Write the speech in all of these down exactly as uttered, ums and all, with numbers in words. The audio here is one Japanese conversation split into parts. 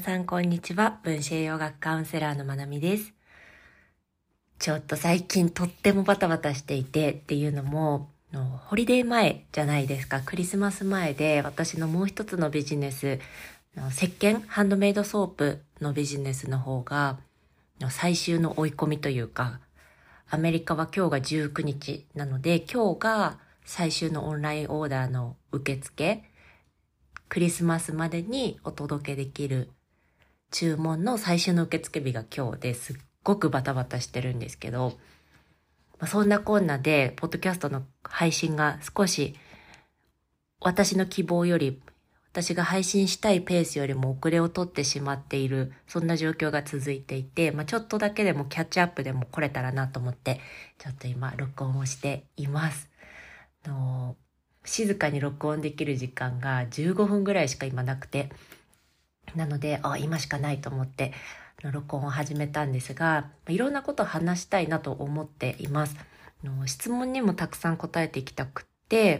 さんこんにちは。分子栄養学カウンセラーのまなみです。ちょっと最近とってもバタバタしていてっていうのも、のホリデー前じゃないですか。クリスマス前で私のもう一つのビジネス、の石鹸、ハンドメイドソープのビジネスの方が、の最終の追い込みというか、アメリカは今日がじゅうくにちなので、今日が最終のオンラインオーダーの受付、クリスマスまでにお届けできる注文の最終の受付日が今日ですっごくバタバタしてるんですけど、まあ、そんなこんなでポッドキャストの配信が少し私の希望より、私が配信したいペースよりも遅れを取ってしまっている、そんな状況が続いていて、まあ、ちょっとだけでもキャッチアップでも来れたらなと思ってちょっと今録音をしています。の静かに録音できる時間がじゅうごふんぐらいしか今なくて、なので、あ、今しかないと思って録音を始めたんですが、いろんなことを話したいなと思っています。の質問にもたくさん答えていきたくって、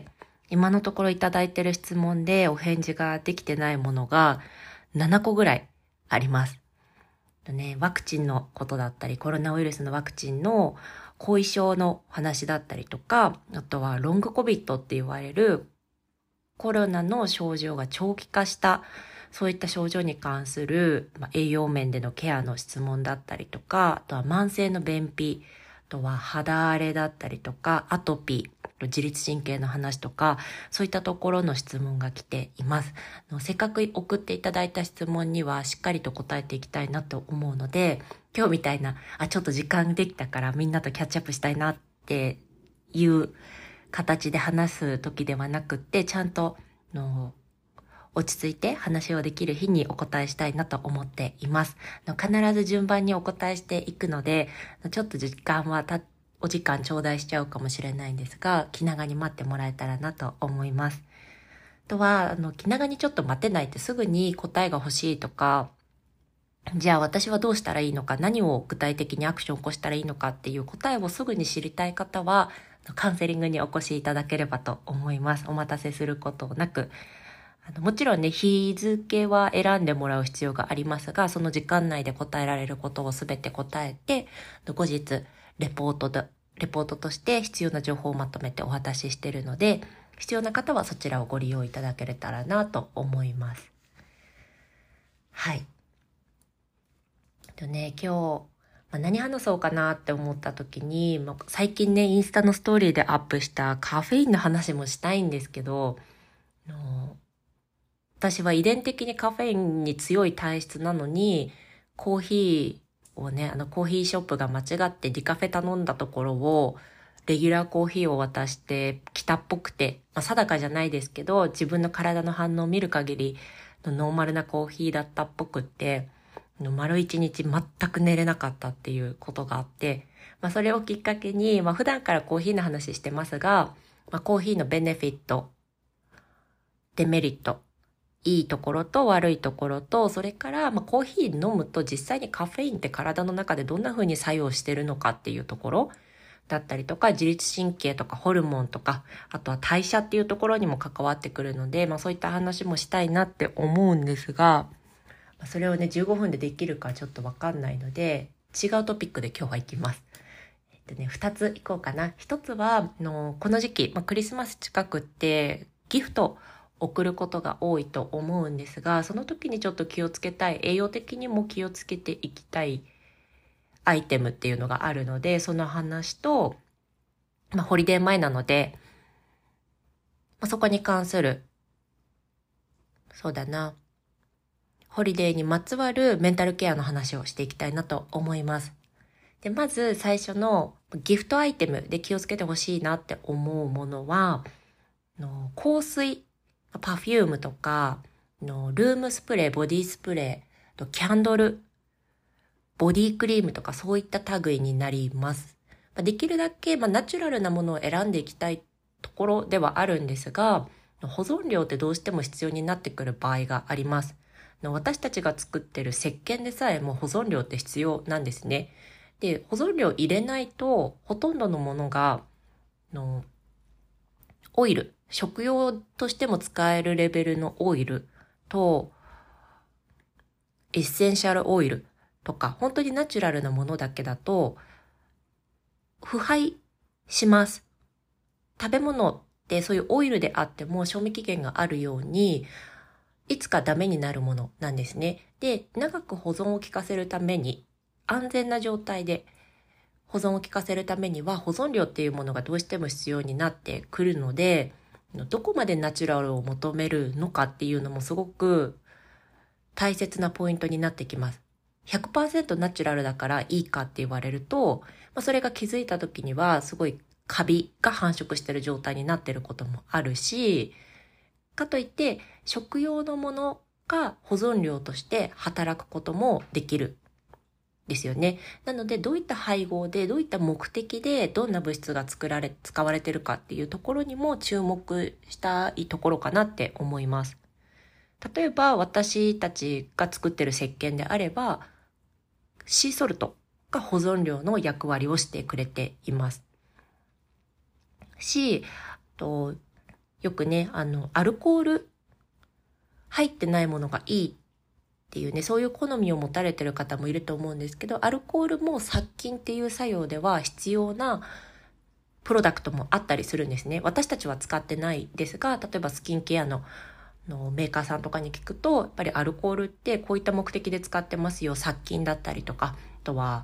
今のところいただいている質問でお返事ができてないものがななこぐらいあります。ね、ワクチンのことだったり、コロナウイルスのワクチンの後遺症の話だったりとか、あとはロングコビッドって言われるコロナの症状が長期化したそういった症状に関する、まあ、栄養面でのケアの質問だったりとか、あとは慢性の便秘、あとは肌荒れだったりとか、アトピー、自律神経の話とか、そういったところの質問が来ています。せっかく送っていただいた質問にはしっかりと答えていきたいなと思うので、今日みたいな、あ、ちょっと時間できたからみんなとキャッチアップしたいなっていう形で話す時ではなくって、ちゃんとの落ち着いて話をできる日にお答えしたいなと思っています。必ず順番にお答えしていくので、ちょっと時間はたお時間頂戴しちゃうかもしれないんですが、気長に待ってもらえたらなと思います。あとは、あの、気長にちょっと待てないってすぐに答えが欲しいとか、じゃあ私はどうしたらいいのか、何を具体的にアクションを起こしたらいいのかっていう答えをすぐに知りたい方は、カウンセリングにお越しいただければと思います。お待たせすることなく。あのもちろんね、日付は選んでもらう必要がありますが、その時間内で答えられることをすべて答えて、後日、レポートで、レポートとして必要な情報をまとめてお渡ししているので、必要な方はそちらをご利用いただけれたらなと思います。はい。とね、今日、まあ、何話そうかなって思った時に、まあ、最近ね、インスタのストーリーでアップしたカフェインの話もしたいんですけど、の私は遺伝的にカフェインに強い体質なのに、コーヒーをね、あのコーヒーショップが間違ってディカフェ頼んだところを、レギュラーコーヒーを渡してきたっぽくて、まあ、定かじゃないですけど、自分の体の反応を見る限りのノーマルなコーヒーだったっぽくって、丸一日全く寝れなかったっていうことがあって、まあ、それをきっかけに、まあ、普段からコーヒーの話してますが、まあ、コーヒーのベネフィット、デメリット、いいところと悪いところと、それから、まあ、コーヒー飲むと実際にカフェインって体の中でどんな風に作用してるのかっていうところだったりとか、自律神経とかホルモンとか、あとは代謝っていうところにも関わってくるので、まあそういった話もしたいなって思うんですが、それをね、じゅうごふんでできるかちょっとわかんないので、違うトピックで今日は行きます。えっとね、二つ行こうかな。一つは、あのこの時期、まあ、クリスマス近くってギフト送ることが多いと思うんですが、その時にちょっと気をつけたい、栄養的にも気をつけていきたいアイテムっていうのがあるので、その話と、まあ、ホリデー前なので、まあ、そこに関する、そうだな、ホリデーにまつわるメンタルケアの話をしていきたいなと思います。で、まず最初のギフトアイテムで気をつけてほしいなって思うものは、の香水、パフュームとか、のルームスプレー、ボディスプレー、とキャンドル、ボディクリームとかそういった類になります。できるだけ、まあ、ナチュラルなものを選んでいきたいところではあるんですが、保存料ってどうしても必要になってくる場合があります。私たちが作ってる石鹸でさえも保存料って必要なんですね。で、保存料入れないとほとんどのものがのオイル、食用としても使えるレベルのオイルとエッセンシャルオイルとか、本当にナチュラルなものだけだと、腐敗します。食べ物ってそういうオイルであっても賞味期限があるように、いつかダメになるものなんですね。で、長く保存を効かせるために、安全な状態で保存を効かせるためには、保存料っていうものがどうしても必要になってくるので、どこまでナチュラルを求めるのかっていうのもすごく大切なポイントになってきます。ひゃくパーセント ナチュラルだからいいかって言われると、まあ、それが気づいた時にはすごいカビが繁殖してる状態になってることもあるし、かといって食用のものが保存料として働くこともできるですよね。なのでどういった配合でどういった目的でどんな物質が作られ使われてるかっていうところにも注目したいところかなって思います。例えば私たちが作ってる石鹸であれば、シーソルトが保存料の役割をしてくれていますし、とよくね、あのアルコール入ってないものがいいっていうね、そういう好みを持たれてる方もいると思うんですけど、アルコールも殺菌っていう作用では必要なプロダクトもあったりするんですね。私たちは使ってないですが、例えばスキンケアののメーカーさんとかに聞くと、やっぱりアルコールってこういった目的で使ってますよ。殺菌だったりとか、あとは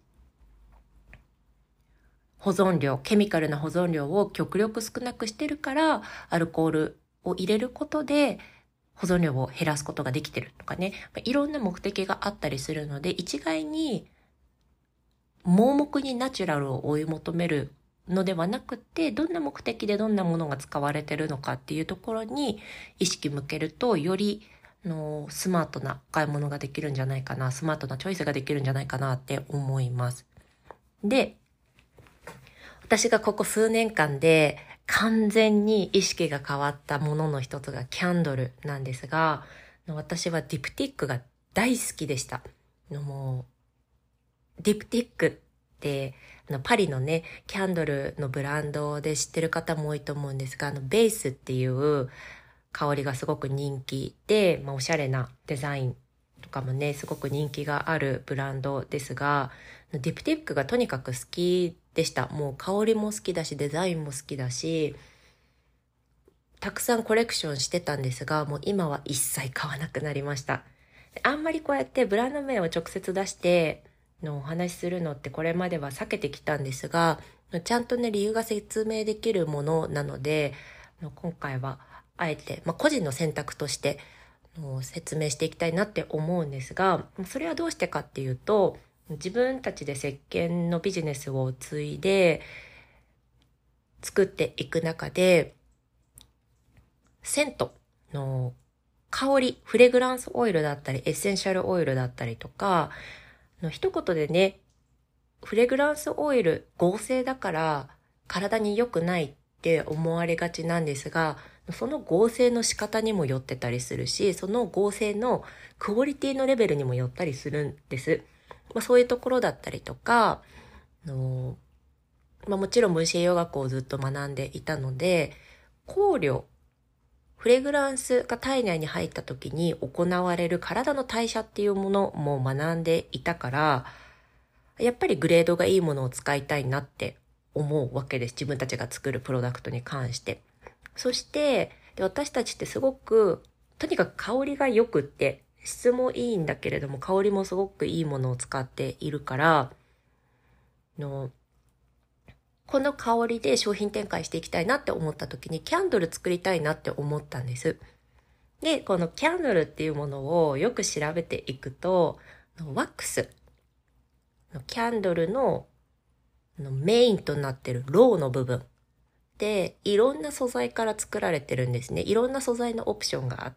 保存量、ケミカルな保存量を極力少なくしてるから、アルコールを入れることで保存量を減らすことができてるとかね、いろんな目的があったりするので、一概に盲目にナチュラルを追い求めるのではなくて、どんな目的でどんなものが使われてるのかっていうところに意識向けると、よりのスマートな買い物ができるんじゃないかな、スマートなチョイスができるんじゃないかなって思います。で、私がここ数年間で完全に意識が変わったものの一つがキャンドルなんですが、私はディプティックが大好きでした。もうディプティックってあのパリのねキャンドルのブランドで知ってる方も多いと思うんですが、あのベースっていう香りがすごく人気で、まあ、おしゃれなデザインとかもねすごく人気があるブランドですが、ディプティックがとにかく好きでした。もう香りも好きだしデザインも好きだし、たくさんコレクションしてたんですが、もう今は一切買わなくなりました。あんまりこうやってブランド名を直接出してのお話しするのってこれまでは避けてきたんですが、ちゃんとね理由が説明できるものなので、今回はあえて、まあ、個人の選択として説明していきたいなって思うんですが、それはどうしてかっていうと、自分たちで石鹸のビジネスを継いで作っていく中で、セントの香り、フレグランスオイルだったりエッセンシャルオイルだったりとかの一言でね、フレグランスオイル合成だから体に良くないって思われがちなんですが、その合成の仕方にもよってたりするし、その合成のクオリティのレベルにもよったりするんです。まあ、そういうところだったりとか、あのまあ、もちろん分子栄養学をずっと学んでいたので、香料、フレグランスが体内に入った時に行われる体の代謝っていうものも学んでいたから、やっぱりグレードがいいものを使いたいなって思うわけです。自分たちが作るプロダクトに関して。そしてで私たちってすごくとにかく香りが良くって、質もいいんだけれども香りもすごくいいものを使っているからの、この香りで商品展開していきたいなって思った時にキャンドル作りたいなって思ったんです。で、このキャンドルっていうものをよく調べていくと、ワックス、キャンドルのメインとなってるローの部分でいろんな素材から作られてるんですね。いろんな素材のオプションがあって、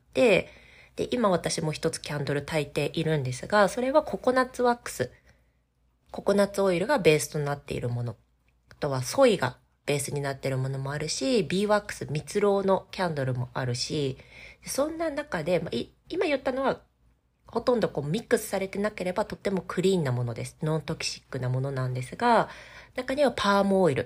で今私も一つキャンドル炊いているんですが、それはココナッツワックス、ココナッツオイルがベースとなっているもの、あとはソイがベースになっているものもあるし、ビーワックス、蜜蝋のキャンドルもあるし、そんな中で、まあ、今言ったのはほとんどこうミックスされてなければとってもクリーンなものです。ノントキシックなものなんですが、中にはパームオイル、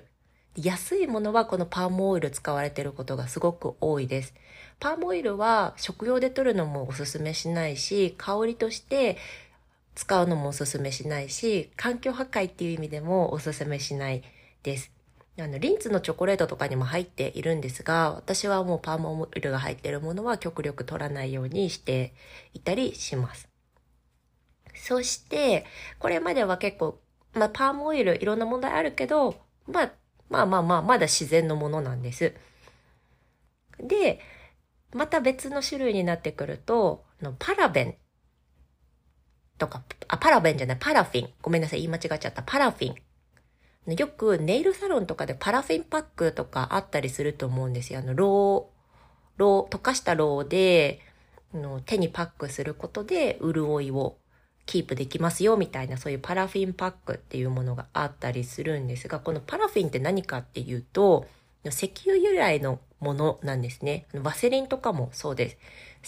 安いものはこのパームオイル使われていることがすごく多いです。パームオイルは食用で取るのもおすすめしないし、香りとして使うのもおすすめしないし、環境破壊っていう意味でもおすすめしないです。あのリンツのチョコレートとかにも入っているんですが、私はもうパームオイルが入っているものは極力取らないようにしていたりします。そしてこれまでは結構、まあ、パームオイルいろんな問題あるけど、まあ、まあまあまあまだ自然のものなんです。でまた別の種類になってくるとパラベンとか、あ、パラベンじゃない、パラフィン。ごめんなさい、言い間違っちゃった。パラフィン。よくネイルサロンとかでパラフィンパックとかあったりすると思うんですよ。あの、ロー、ロー、溶かしたローで、の手にパックすることで潤いをキープできますよみたいな、そういうパラフィンパックっていうものがあったりするんですが、このパラフィンって何かっていうと、石油由来のものなんですね。ワセリンとかもそうです。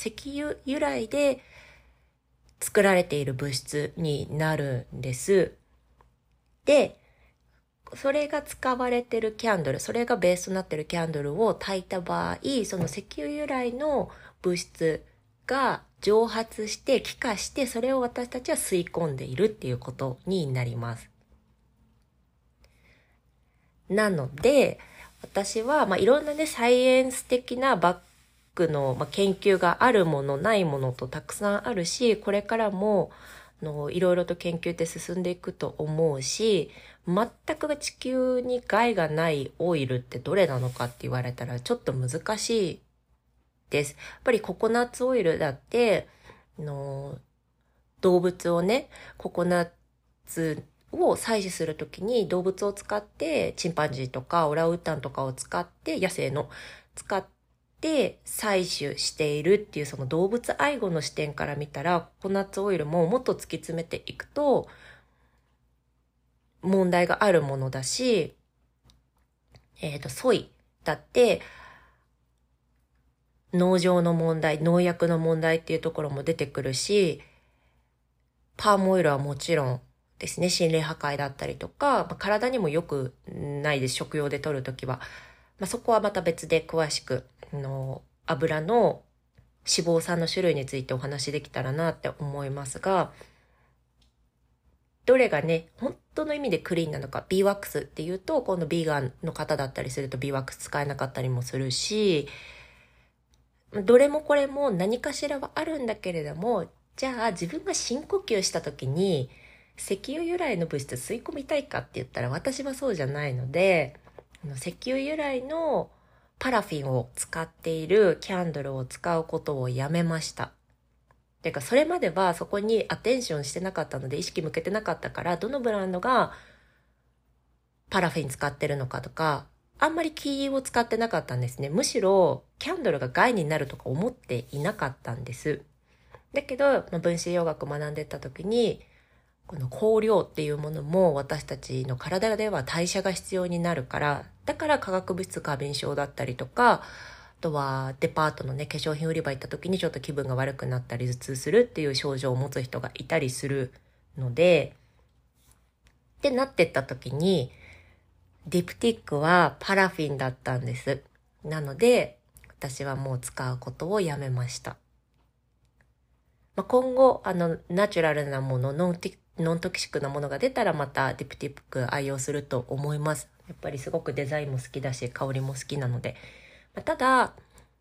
石油由来で作られている物質になるんです。で、それが使われてるキャンドル、それがベースとなってるキャンドルを焚いた場合、その石油由来の物質が蒸発して気化して、それを私たちは吸い込んでいるっていうことになります。なので私は、まあ、いろんなねサイエンス的なバックの、まあ、研究があるものないものとたくさんあるし、これからものいろいろと研究って進んでいくと思うし、全く地球に害がないオイルってどれなのかって言われたらちょっと難しいです。やっぱりココナッツオイルだっての動物をね、ココナッツを採取するときに動物を使って、チンパンジーとかオランウータンとかを使って、野生の使って採取しているっていうその動物愛護の視点から見たら、ココナッツオイルももっと突き詰めていくと問題があるものだし、えっと、ソイだって農場の問題、農薬の問題っていうところも出てくるし、パームオイルはもちろんですね、心霊破壊だったりとか、まあ、体にも良くないです、食用で摂るときは。まあ、そこはまた別で詳しく、の油の脂肪酸の種類についてお話しできたらなって思いますが、どれがね、本当の意味でクリーンなのか、ビーワックスっていうと、今度ビーガンの方だったりするとビーワックス使えなかったりもするし、どれもこれも何かしらはあるんだけれども、じゃあ自分が深呼吸した時に石油由来の物質吸い込みたいかって言ったら私はそうじゃないので、石油由来のパラフィンを使っているキャンドルを使うことをやめました。てかそれまではそこにアテンションしてなかったので、意識向けてなかったから、どのブランドがパラフィン使ってるのかとかあんまり気を使ってなかったんですね。むしろキャンドルが害になるとか思っていなかったんです。だけど、まあ、分子栄養学学んでった時に、この香料っていうものも私たちの体では代謝が必要になるから、だから化学物質過敏症だったりとか、あとはデパートのね、化粧品売り場行った時にちょっと気分が悪くなったり頭痛するっていう症状を持つ人がいたりするので、ってなってった時に、ディプティックはパラフィンだったんです。なので、私はもう使うことをやめました。まあ、今後、あの、ナチュラルなもの、ノンティ、ノントキシックなものが出たらまたディプティック愛用すると思います。やっぱりすごくデザインも好きだし、香りも好きなので。まあ、ただ、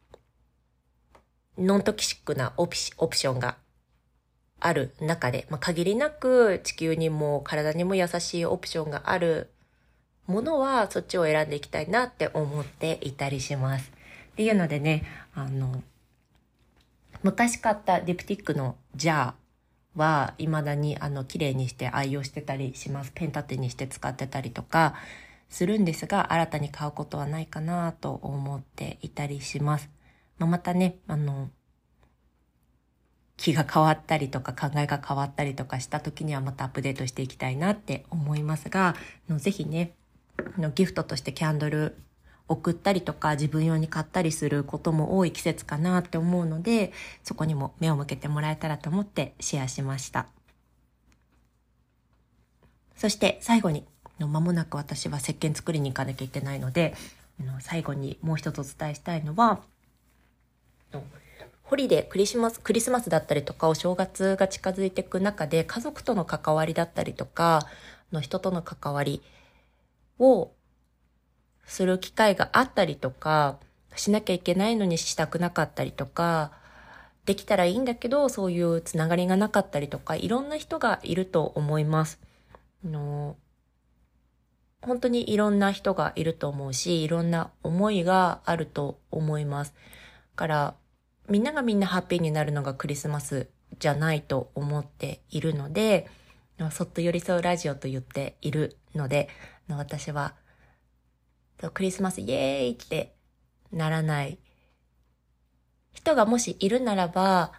ノントキシックなオプシ、オプションがある中で、まあ、限りなく地球にも体にも優しいオプションがあるものはそっちを選んでいきたいなって思っていたりします。っていうのでね、あの、昔買ったディプティックのジャーは未だにあの綺麗にして愛用してたりします。ペン立てにして使ってたりとかするんですが、新たに買うことはないかなと思っていたりします。まあ、またね、あの、気が変わったりとか考えが変わったりとかした時にはまたアップデートしていきたいなって思いますが、ぜひね、ギフトとしてキャンドル送ったりとか自分用に買ったりすることも多い季節かなって思うので、そこにも目を向けてもらえたらと思ってシェアしました。そして最後に間もなく私は石鹸作りに行かなきゃいけないので、最後にもう一つお伝えしたいのは、ホリデー、クリスマス、クリスマスだったりとかお正月が近づいていく中で、家族との関わりだったりとかの人との関わりをする機会があったりとか、しなきゃいけないのにしたくなかったりとか、できたらいいんだけどそういうつながりがなかったりとか、いろんな人がいると思います。あの本当にいろんな人がいると思うし、いろんな思いがあると思います。だからみんながみんなハッピーになるのがクリスマスじゃないと思っているので、そっと寄り添うラジオと言っているので、私はクリスマスイエーイってならない人がもしいるならば、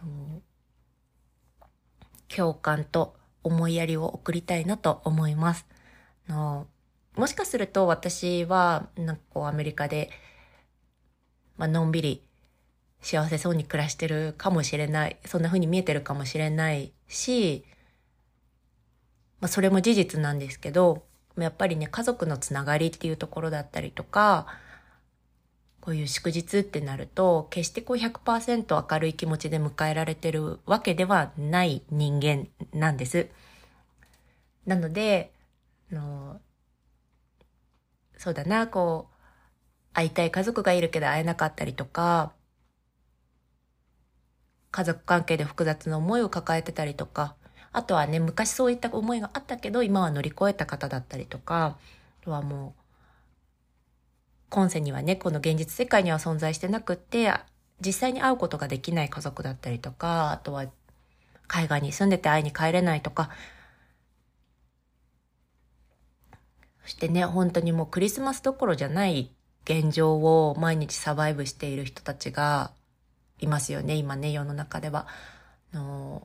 共感と思いやりを送りたいなと思います。のもしかすると私はなんかこうアメリカで、まあのんびり幸せそうに暮らしてるかもしれない。そんな風に見えてるかもしれないし、まあそれも事実なんですけど、やっぱりね、家族のつながりっていうところだったりとか、こういう祝日ってなると、決してこう ひゃくパーセント 明るい気持ちで迎えられてるわけではない人間なんです。なので、あのそうだな、こう、会いたい家族がいるけど会えなかったりとか、家族関係で複雑な思いを抱えてたりとか、あとはね、昔そういった思いがあったけど、今は乗り越えた方だったりとか、あとはもう、今世にはね、この現実世界には存在してなくって、実際に会うことができない家族だったりとか、あとは海外に住んでて会いに帰れないとか、そしてね、本当にもうクリスマスどころじゃない現状を毎日サバイブしている人たちがいますよね、今ね、世の中では。あの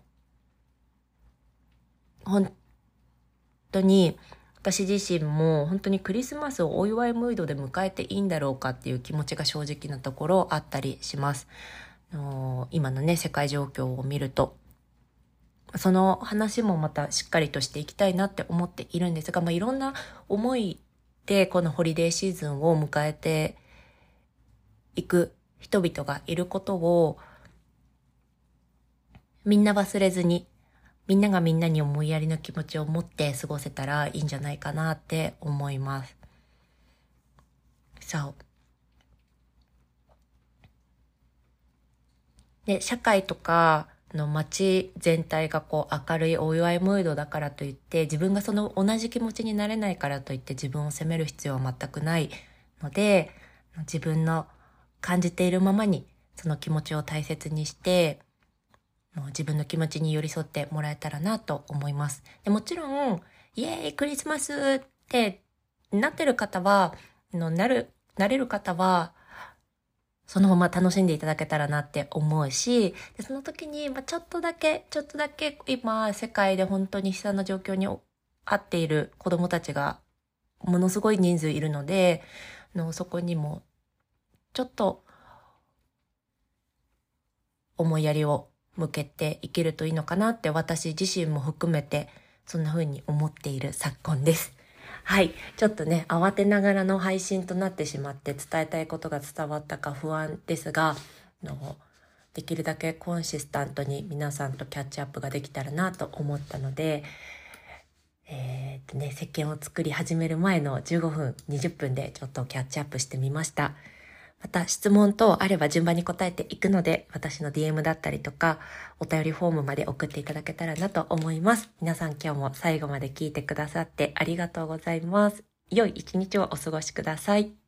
本当に私自身も本当にクリスマスをお祝いムードで迎えていいんだろうかっていう気持ちが正直なところあったりします。あの今のね、世界状況を見ると。その話もまたしっかりとしていきたいなって思っているんですが、まあ、いろんな思いでこのホリデーシーズンを迎えていく人々がいることをみんな忘れずに、みんながみんなに思いやりの気持ちを持って過ごせたらいいんじゃないかなって思います。そう。で、社会とかの街全体がこう明るいお祝いムードだからといって、自分がその同じ気持ちになれないからといって自分を責める必要は全くないので、自分の感じているままにその気持ちを大切にして、もう自分の気持ちに寄り添ってもらえたらなと思います。でもちろん、イエーイクリスマスってなってる方は、のなる、なれる方は、そのまま楽しんでいただけたらなって思うし、でその時に、まあ、ちょっとだけ、ちょっとだけ今、世界で本当に悲惨な状況にあっている子供たちがものすごい人数いるので、のそこにも、ちょっと思いやりを向けていけるといいのかなって私自身も含めてそんな風に思っている昨今です。はい。ちょっとね、慌てながらの配信となってしまって伝えたいことが伝わったか不安ですが、のできるだけコンシスタントに皆さんとキャッチアップができたらなと思ったので、えーっとね、石鹸を作り始める前のじゅうごふん、にじゅっぷんでちょっとキャッチアップしてみました。また質問等あれば順番に答えていくので、私の ディーエム だったりとか、お便りフォームまで送っていただけたらなと思います。皆さん今日も最後まで聞いてくださってありがとうございます。良い一日をお過ごしください。